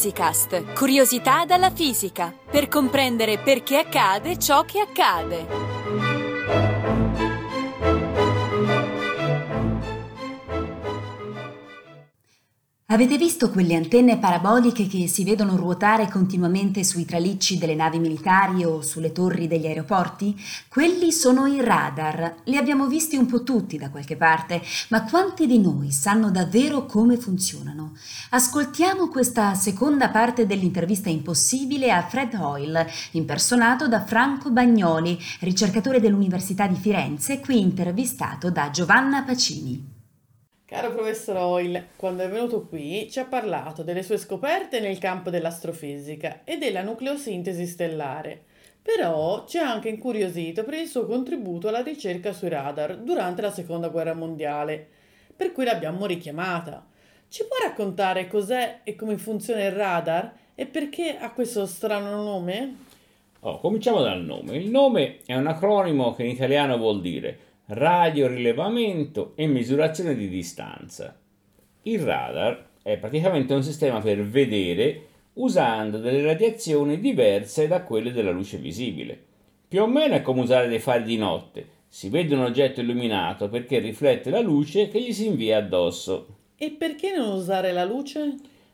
Fisicast, curiosità dalla fisica, per comprendere perché accade ciò che accade. Avete visto quelle antenne paraboliche che si vedono ruotare continuamente sui tralicci delle navi militari o sulle torri degli aeroporti? Quelli sono i radar. Li abbiamo visti un po' tutti da qualche parte, ma quanti di noi sanno davvero come funzionano? Ascoltiamo questa seconda parte dell'intervista impossibile a Fred Hoyle, impersonato da Franco Bagnoli, ricercatore dell'Università di Firenze, qui intervistato da Giovanna Pacini. Caro professor Hoyle, quando è venuto qui ci ha parlato delle sue scoperte nel campo dell'astrofisica e della nucleosintesi stellare, però ci ha anche incuriosito per il suo contributo alla ricerca sui radar durante la Seconda Guerra Mondiale, per cui l'abbiamo richiamata. Ci può raccontare cos'è e come funziona il radar e perché ha questo strano nome? Cominciamo dal nome. Il nome è un acronimo che in italiano vuol dire radiorilevamento e misurazione di distanza. Il radar è praticamente un sistema per vedere usando delle radiazioni diverse da quelle della luce visibile. Più o meno è come usare dei fari di notte. Si vede un oggetto illuminato perché riflette la luce che gli si invia addosso. E perché non usare la luce?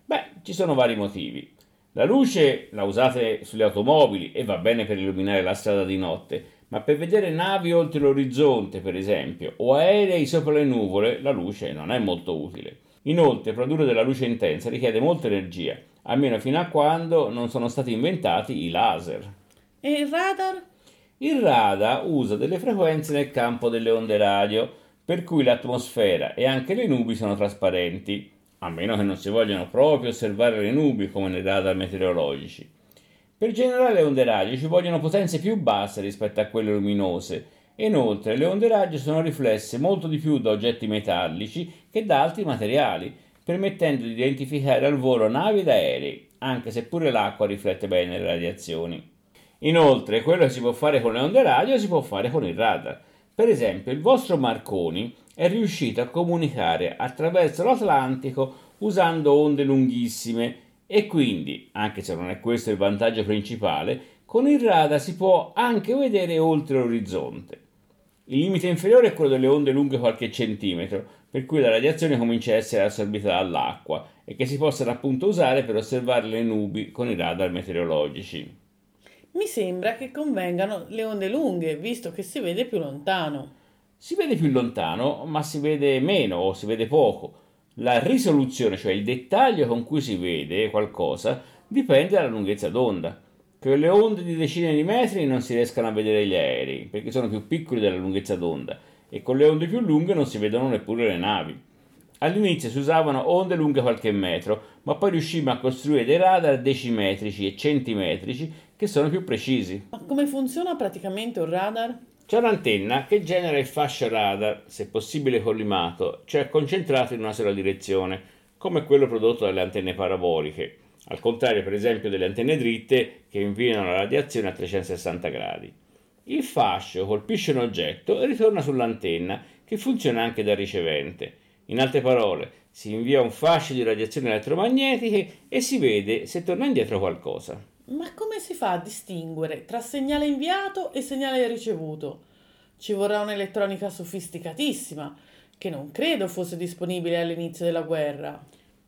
Ci sono vari motivi. La luce la usate sulle automobili e va bene per illuminare la strada di notte, ma per vedere navi oltre l'orizzonte, per esempio, o aerei sopra le nuvole, la luce non è molto utile. Inoltre, produrre della luce intensa richiede molta energia, almeno fino a quando non sono stati inventati i laser. E il radar? Il radar usa delle frequenze nel campo delle onde radio, per cui l'atmosfera e anche le nubi sono trasparenti, a meno che non si vogliano proprio osservare le nubi come nei radar meteorologici. Per generare le onde radio ci vogliono potenze più basse rispetto a quelle luminose e inoltre le onde radio sono riflesse molto di più da oggetti metallici che da altri materiali, permettendo di identificare al volo navi ed aerei, anche se pure l'acqua riflette bene le radiazioni. Inoltre, quello che si può fare con le onde radio si può fare con il radar. Per esempio, il vostro Marconi è riuscito a comunicare attraverso l'Atlantico usando onde lunghissime e quindi, anche se non è questo il vantaggio principale, con il radar si può anche vedere oltre l'orizzonte. Il limite inferiore è quello delle onde lunghe qualche centimetro, per cui la radiazione comincia a essere assorbita dall'acqua e che si possono appunto usare per osservare le nubi con i radar meteorologici. Mi sembra che convengano le onde lunghe, visto che si vede più lontano. Si vede più lontano, ma si vede meno o si vede poco. La risoluzione, cioè il dettaglio con cui si vede qualcosa, dipende dalla lunghezza d'onda. Con le onde di decine di metri non si riescono a vedere gli aerei, perché sono più piccoli della lunghezza d'onda, e con le onde più lunghe non si vedono neppure le navi. All'inizio si usavano onde lunghe qualche metro, ma poi riuscimmo a costruire dei radar decimetrici e centimetrici che sono più precisi. Ma come funziona praticamente un radar? C'è un'antenna che genera il fascio radar, se possibile collimato, cioè concentrato in una sola direzione, come quello prodotto dalle antenne paraboliche, al contrario per esempio delle antenne dritte che inviano la radiazione a 360 gradi. Il fascio colpisce un oggetto e ritorna sull'antenna, che funziona anche da ricevente. In altre parole, si invia un fascio di radiazioni elettromagnetiche e si vede se torna indietro qualcosa. Ma come si fa a distinguere tra segnale inviato e segnale ricevuto? Ci vorrà un'elettronica sofisticatissima, che non credo fosse disponibile all'inizio della guerra.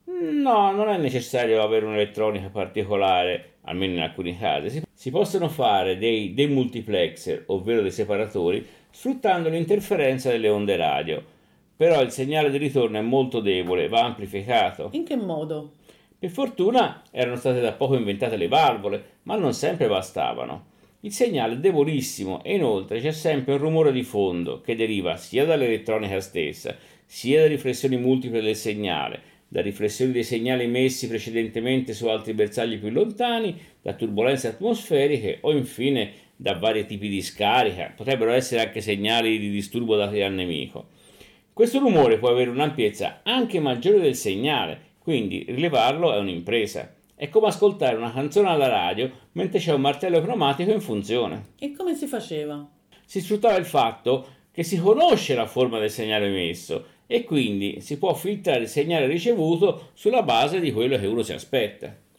No, non è necessario avere un'elettronica particolare, almeno in alcuni casi. Si possono fare dei demultiplexer, ovvero dei separatori, sfruttando l'interferenza delle onde radio. Però il segnale di ritorno è molto debole, va amplificato. In che modo? Per fortuna erano state da poco inventate le valvole, ma non sempre bastavano. Il segnale è debolissimo e inoltre c'è sempre un rumore di fondo che deriva sia dall'elettronica stessa, sia da riflessioni multiple del segnale, da riflessioni dei segnali emessi precedentemente su altri bersagli più lontani, da turbolenze atmosferiche o infine da vari tipi di scarica. Potrebbero essere anche segnali di disturbo dati dal nemico. Questo rumore può avere un'ampiezza anche maggiore del segnale, quindi rilevarlo è un'impresa. È come ascoltare una canzone alla radio mentre c'è un martello pneumatico in funzione. E come si faceva? Si sfruttava il fatto che si conosce la forma del segnale emesso e quindi si può filtrare il segnale ricevuto sulla base di quello che uno si aspetta.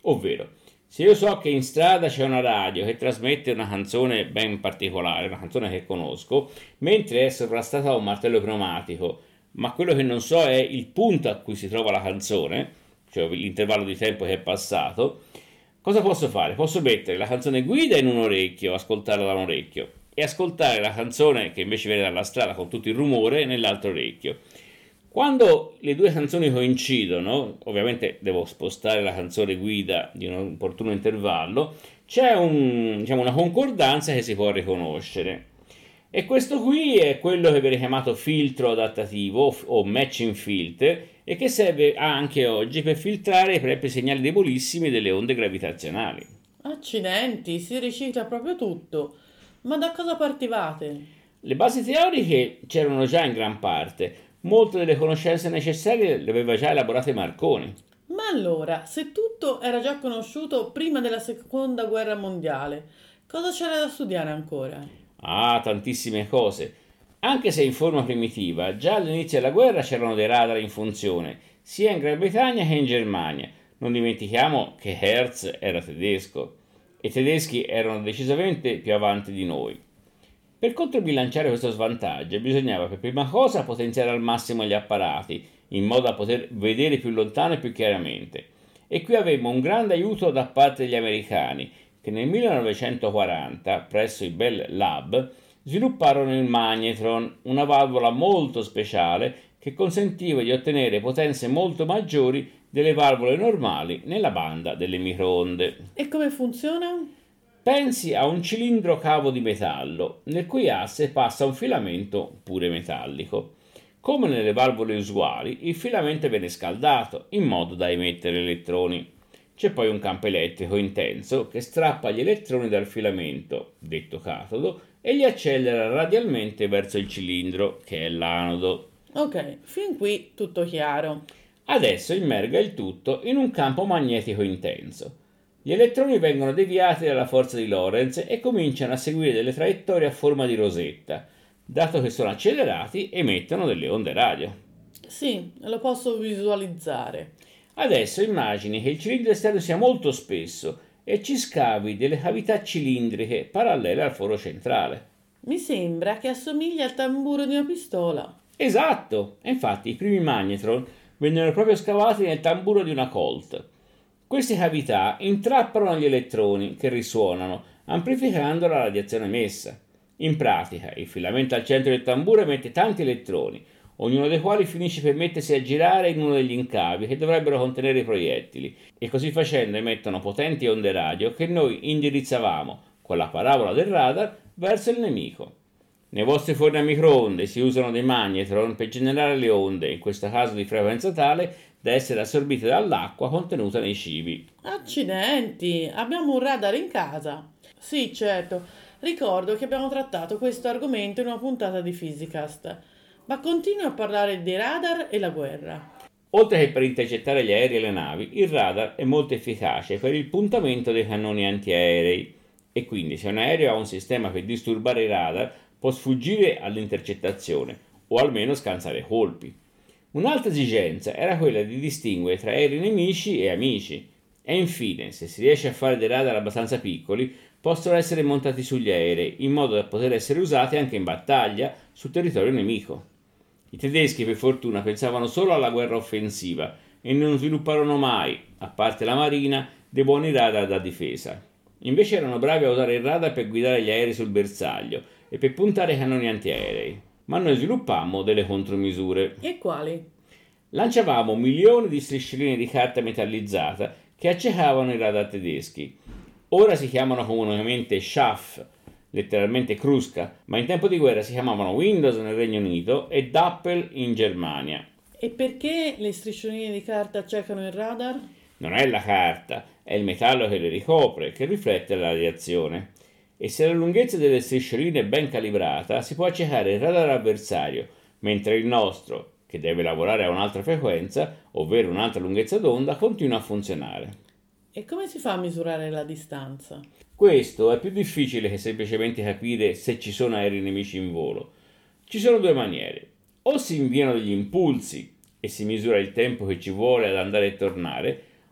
Ovvero, se io so che in strada c'è una radio che trasmette una canzone ben particolare, una canzone che conosco, mentre è sovrastata da un martello pneumatico, ma quello che non so è il punto a cui si trova la canzone, cioè l'intervallo di tempo che è passato, cosa posso fare? Posso mettere la canzone guida in un orecchio, ascoltarla da un orecchio, e ascoltare la canzone che invece viene dalla strada con tutto il rumore nell'altro orecchio. Quando le due canzoni coincidono, ovviamente devo spostare la canzone guida di un opportuno intervallo, c'è una concordanza che si può riconoscere. E questo qui è quello che viene chiamato filtro adattativo o matching filter e che serve anche oggi per filtrare per esempio i segnali debolissimi delle onde gravitazionali. Accidenti, si ricicla proprio tutto. Ma da cosa partivate? Le basi teoriche c'erano già in gran parte, molte delle conoscenze necessarie le aveva già elaborate Marconi. Ma allora, se tutto era già conosciuto prima della seconda guerra mondiale, cosa c'era da studiare ancora? Ah, tantissime cose. Anche se in forma primitiva, già all'inizio della guerra c'erano dei radar in funzione, sia in Gran Bretagna che in Germania. Non dimentichiamo che Hertz era tedesco e i tedeschi erano decisamente più avanti di noi. Per controbilanciare questo svantaggio bisognava per prima cosa potenziare al massimo gli apparati, in modo da poter vedere più lontano e più chiaramente. E qui avevamo un grande aiuto da parte degli americani, che nel 1940, presso il Bell Lab, svilupparono il magnetron, una valvola molto speciale che consentiva di ottenere potenze molto maggiori delle valvole normali nella banda delle microonde. E come funziona? Pensi a un cilindro cavo di metallo, nel cui asse passa un filamento pure metallico. Come nelle valvole usuali, il filamento viene scaldato in modo da emettere elettroni. C'è poi un campo elettrico intenso che strappa gli elettroni dal filamento, detto catodo, e li accelera radialmente verso il cilindro, che è l'anodo. Ok, fin qui tutto chiaro. Adesso immerga il tutto in un campo magnetico intenso. Gli elettroni vengono deviati dalla forza di Lorentz e cominciano a seguire delle traiettorie a forma di rosetta. Dato che sono accelerati, emettono delle onde radio. Sì, lo posso visualizzare. Adesso immagini che il cilindro esterno sia molto spesso e ci scavi delle cavità cilindriche parallele al foro centrale. Mi sembra che assomiglia al tamburo di una pistola. Esatto! E infatti i primi magnetron vennero proprio scavati nel tamburo di una Colt. Queste cavità intrappolano gli elettroni che risuonano, amplificando la radiazione emessa. In pratica, il filamento al centro del tamburo emette tanti elettroni, ognuno dei quali finisce per mettersi a girare in uno degli incavi che dovrebbero contenere i proiettili, e così facendo emettono potenti onde radio che noi indirizzavamo, con la parabola del radar, verso il nemico. Nei vostri forni a microonde si usano dei magnetron per generare le onde, in questo caso di frequenza tale da essere assorbite dall'acqua contenuta nei cibi. Accidenti, abbiamo un radar in casa. Sì, certo, ricordo che abbiamo trattato questo argomento in una puntata di Physicast, ma continua a parlare dei radar e la guerra. Oltre che per intercettare gli aerei e le navi, il radar è molto efficace per il puntamento dei cannoni antiaerei e quindi se un aereo ha un sistema per disturbare i radar può sfuggire all'intercettazione o almeno scansare colpi. Un'altra esigenza era quella di distinguere tra aerei nemici e amici e infine, se si riesce a fare dei radar abbastanza piccoli, possono essere montati sugli aerei in modo da poter essere usati anche in battaglia sul territorio nemico. I tedeschi per fortuna pensavano solo alla guerra offensiva e non svilupparono mai, a parte la marina, dei buoni radar da difesa. Invece erano bravi a usare il radar per guidare gli aerei sul bersaglio e per puntare i cannoni antiaerei. Ma noi sviluppammo delle contromisure. E quali? Lanciavamo milioni di striscioline di carta metallizzata che accecavano i radar tedeschi. Ora si chiamano comunemente Schaff, letteralmente crusca, ma in tempo di guerra si chiamavano Windows nel Regno Unito e Doppel in Germania. E perché le striscioline di carta accecano il radar? Non è la carta, è il metallo che le ricopre, che riflette la radiazione. E se la lunghezza delle striscioline è ben calibrata, si può accecare il radar avversario, mentre il nostro, che deve lavorare a un'altra frequenza, ovvero un'altra lunghezza d'onda, continua a funzionare. E come si fa a misurare la distanza? Questo è più difficile che semplicemente capire se ci sono aerei nemici in volo. Ci sono due maniere. O si inviano degli impulsi e si misura il tempo che ci vuole ad andare e tornare,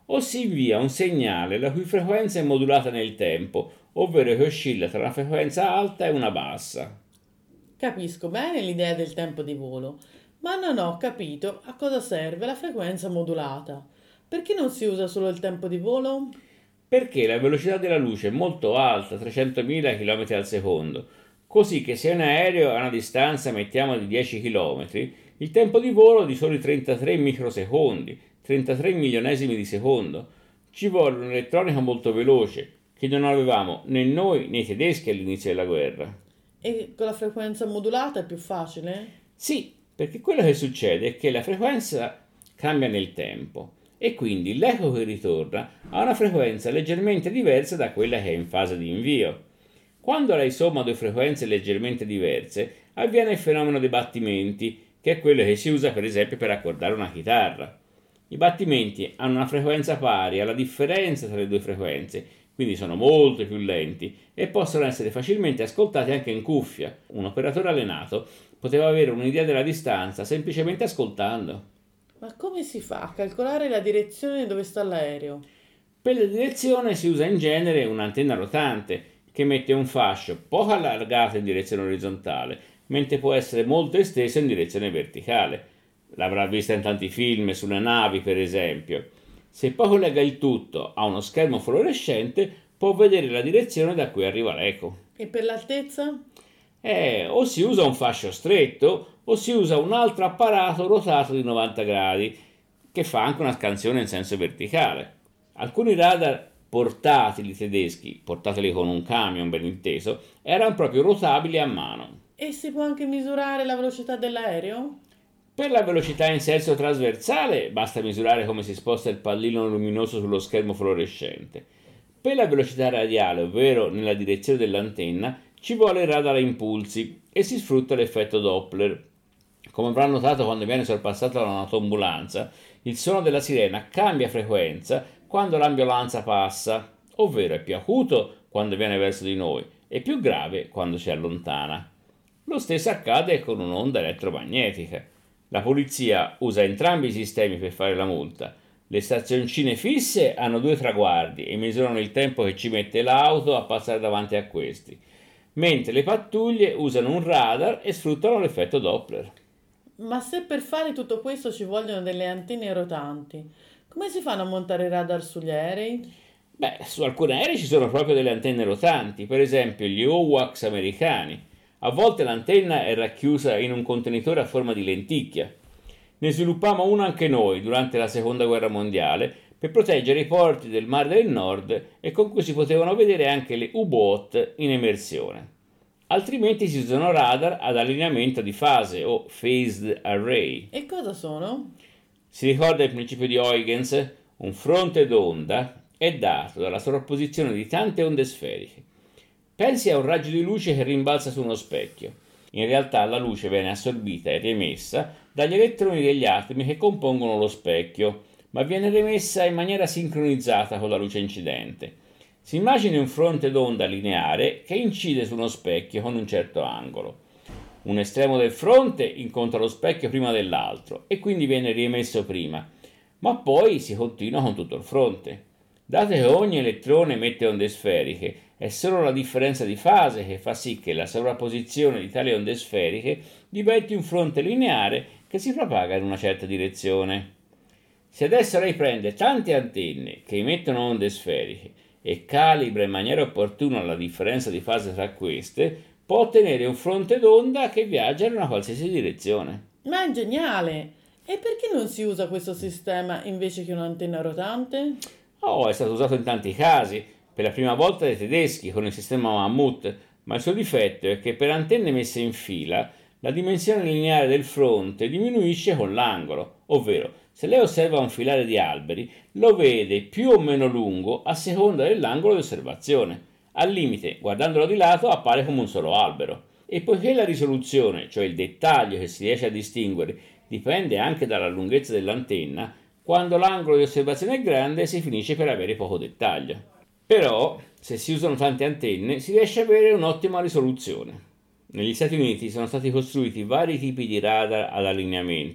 o si invia un segnale la cui frequenza è modulata nel tempo, ovvero che oscilla tra una frequenza alta e una bassa. Capisco bene l'idea del tempo di volo, ma non ho capito a cosa serve la frequenza modulata. Perché non si usa solo il tempo di volo? Perché la velocità della luce è molto alta, 300.000 km al secondo, così che se un aereo ha una distanza, mettiamo, di 10 km, il tempo di volo è di soli 33 microsecondi, 33 milionesimi di secondo. Ci vuole un'elettronica molto veloce, che non avevamo né noi né i tedeschi all'inizio della guerra. E con la frequenza modulata è più facile? Sì, perché quello che succede è che la frequenza cambia nel tempo e quindi l'eco che ritorna ha una frequenza leggermente diversa da quella che è in fase di invio. Quando lei somma due frequenze leggermente diverse, avviene il fenomeno dei battimenti, che è quello che si usa per esempio per accordare una chitarra. I battimenti hanno una frequenza pari alla differenza tra le due frequenze, quindi sono molto più lenti e possono essere facilmente ascoltati anche in cuffia. Un operatore allenato poteva avere un'idea della distanza semplicemente ascoltando. Ma come si fa a calcolare la direzione dove sta l'aereo? Per la direzione si usa in genere un'antenna rotante che mette un fascio poco allargato in direzione orizzontale, mentre può essere molto esteso in direzione verticale. L'avrà vista in tanti film, sulle navi per esempio. Se poi collega il tutto a uno schermo fluorescente, può vedere la direzione da cui arriva l'eco. E per l'altezza? O si usa un fascio stretto o si usa un altro apparato rotato di 90 gradi che fa anche una scansione in senso verticale. Alcuni radar portatili tedeschi, portatili con un camion ben inteso, erano proprio rotabili a mano. E si può anche misurare la velocità dell'aereo? Per la velocità in senso trasversale basta misurare come si sposta il pallino luminoso sullo schermo fluorescente. Per la velocità radiale, ovvero nella direzione dell'antenna, ci vuole il radar a impulsi e si sfrutta l'effetto Doppler. Come avrà notato quando viene sorpassata da un'autoambulanza, il suono della sirena cambia frequenza quando l'ambulanza passa, ovvero è più acuto quando viene verso di noi e più grave quando si allontana. Lo stesso accade con un'onda elettromagnetica. La polizia usa entrambi i sistemi per fare la multa. Le stazioncine fisse hanno due traguardi e misurano il tempo che ci mette l'auto a passare davanti a questi, mentre le pattuglie usano un radar e sfruttano l'effetto Doppler. Ma se per fare tutto questo ci vogliono delle antenne rotanti, come si fanno a montare i radar sugli aerei? Su alcuni aerei ci sono proprio delle antenne rotanti, per esempio gli AWACS americani. A volte l'antenna è racchiusa in un contenitore a forma di lenticchia. Ne sviluppammo uno anche noi durante la Seconda Guerra Mondiale per proteggere i porti del Mare del Nord e con cui si potevano vedere anche le U-boat in immersione. Altrimenti si usano radar ad allineamento di fase o phased array. E cosa sono? Si ricorda il principio di Huygens? Un fronte d'onda è dato dalla sovrapposizione di tante onde sferiche. Pensi a un raggio di luce che rimbalza su uno specchio. In realtà la luce viene assorbita e riemessa dagli elettroni degli atomi che compongono lo specchio, ma viene rimessa in maniera sincronizzata con la luce incidente. Si immagini un fronte d'onda lineare che incide su uno specchio con un certo angolo. Un estremo del fronte incontra lo specchio prima dell'altro e quindi viene riemesso prima, ma poi si continua con tutto il fronte. Dato che ogni elettrone emette onde sferiche, è solo la differenza di fase che fa sì che la sovrapposizione di tali onde sferiche diventi un fronte lineare che si propaga in una certa direzione. Se adesso lei prende tante antenne che emettono onde sferiche e calibra in maniera opportuna la differenza di fase tra queste, può ottenere un fronte d'onda che viaggia in una qualsiasi direzione. Ma è geniale! E perché non si usa questo sistema invece che un'antenna rotante? È stato usato in tanti casi, per la prima volta dai tedeschi con il sistema Mammut, ma il suo difetto è che per antenne messe in fila la dimensione lineare del fronte diminuisce con l'angolo, ovvero se lei osserva un filare di alberi lo vede più o meno lungo a seconda dell'angolo di osservazione. Al limite, guardandolo di lato, appare come un solo albero. E poiché la risoluzione, cioè il dettaglio che si riesce a distinguere, dipende anche dalla lunghezza dell'antenna, quando l'angolo di osservazione è grande si finisce per avere poco dettaglio. Però, se si usano tante antenne, si riesce ad avere un'ottima risoluzione. Negli Stati Uniti sono stati costruiti vari tipi di radar ad allineamento,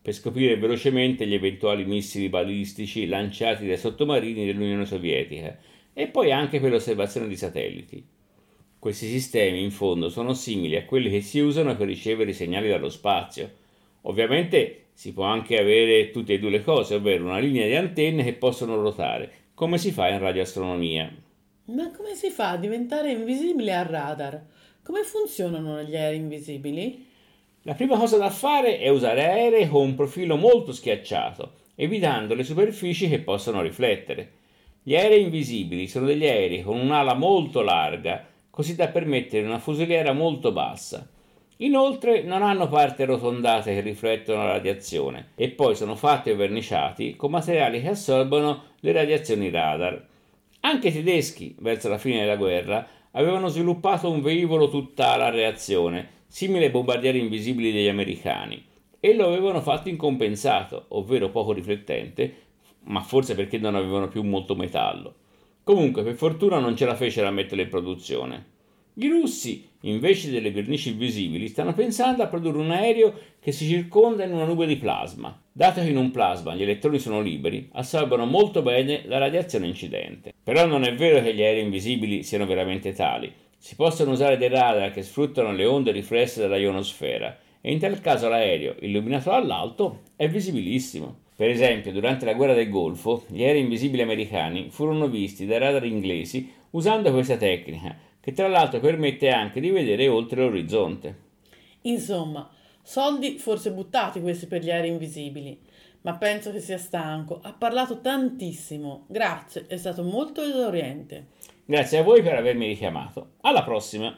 per scoprire velocemente gli eventuali missili balistici lanciati dai sottomarini dell'Unione Sovietica e poi anche per l'osservazione di satelliti. Questi sistemi, in fondo, sono simili a quelli che si usano per ricevere i segnali dallo spazio. Ovviamente si può anche avere tutte e due le cose, ovvero una linea di antenne che possono ruotare, come si fa in radioastronomia. Ma come si fa a diventare invisibile al radar? Come funzionano gli aerei invisibili? La prima cosa da fare è usare aerei con un profilo molto schiacciato, evitando le superfici che possono riflettere. Gli aerei invisibili sono degli aerei con un'ala molto larga, così da permettere una fusoliera molto bassa. Inoltre non hanno parti arrotondate che riflettono la radiazione e poi sono fatti o verniciati con materiali che assorbono le radiazioni radar. Anche i tedeschi, verso la fine della guerra, avevano sviluppato un velivolo tutt'ala a reazione, simile ai bombardieri invisibili degli americani, e lo avevano fatto in compensato, ovvero poco riflettente, ma forse perché non avevano più molto metallo. Comunque, per fortuna non ce la fecero a metterlo in produzione. I russi, invece delle vernici invisibili, stanno pensando a produrre un aereo che si circonda in una nube di plasma. Dato che in un plasma gli elettroni sono liberi, assorbono molto bene la radiazione incidente. Però non è vero che gli aerei invisibili siano veramente tali. Si possono usare dei radar che sfruttano le onde riflesse dalla ionosfera e in tal caso l'aereo, illuminato dall'alto, è visibilissimo. Per esempio, durante la guerra del Golfo, gli aerei invisibili americani furono visti dai radar inglesi usando questa tecnica, che tra l'altro permette anche di vedere oltre l'orizzonte. Insomma, soldi forse buttati questi per gli aerei invisibili, ma penso che sia stanco. Ha parlato tantissimo. Grazie, è stato molto esauriente. Grazie a voi per avermi richiamato. Alla prossima!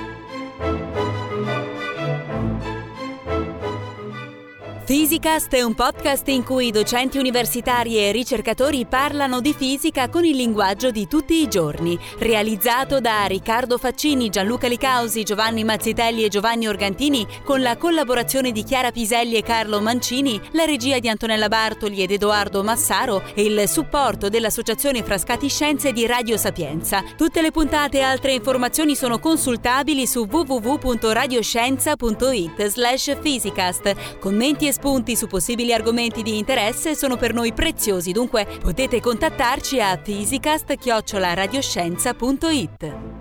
Physicast è un podcast in cui docenti universitari e ricercatori parlano di fisica con il linguaggio di tutti i giorni. Realizzato da Riccardo Faccini, Gianluca Licausi, Giovanni Mazzitelli e Giovanni Organtini, con la collaborazione di Chiara Piselli e Carlo Mancini, la regia di Antonella Bartoli ed Edoardo Massaro e il supporto dell'Associazione Frascati Scienze di Radio Sapienza. Tutte le puntate e altre informazioni sono consultabili su www.radioscienza.it/physicast. Commenti e spunti su possibili argomenti di interesse sono per noi preziosi, dunque potete contattarci a physicast@radioscienza.it.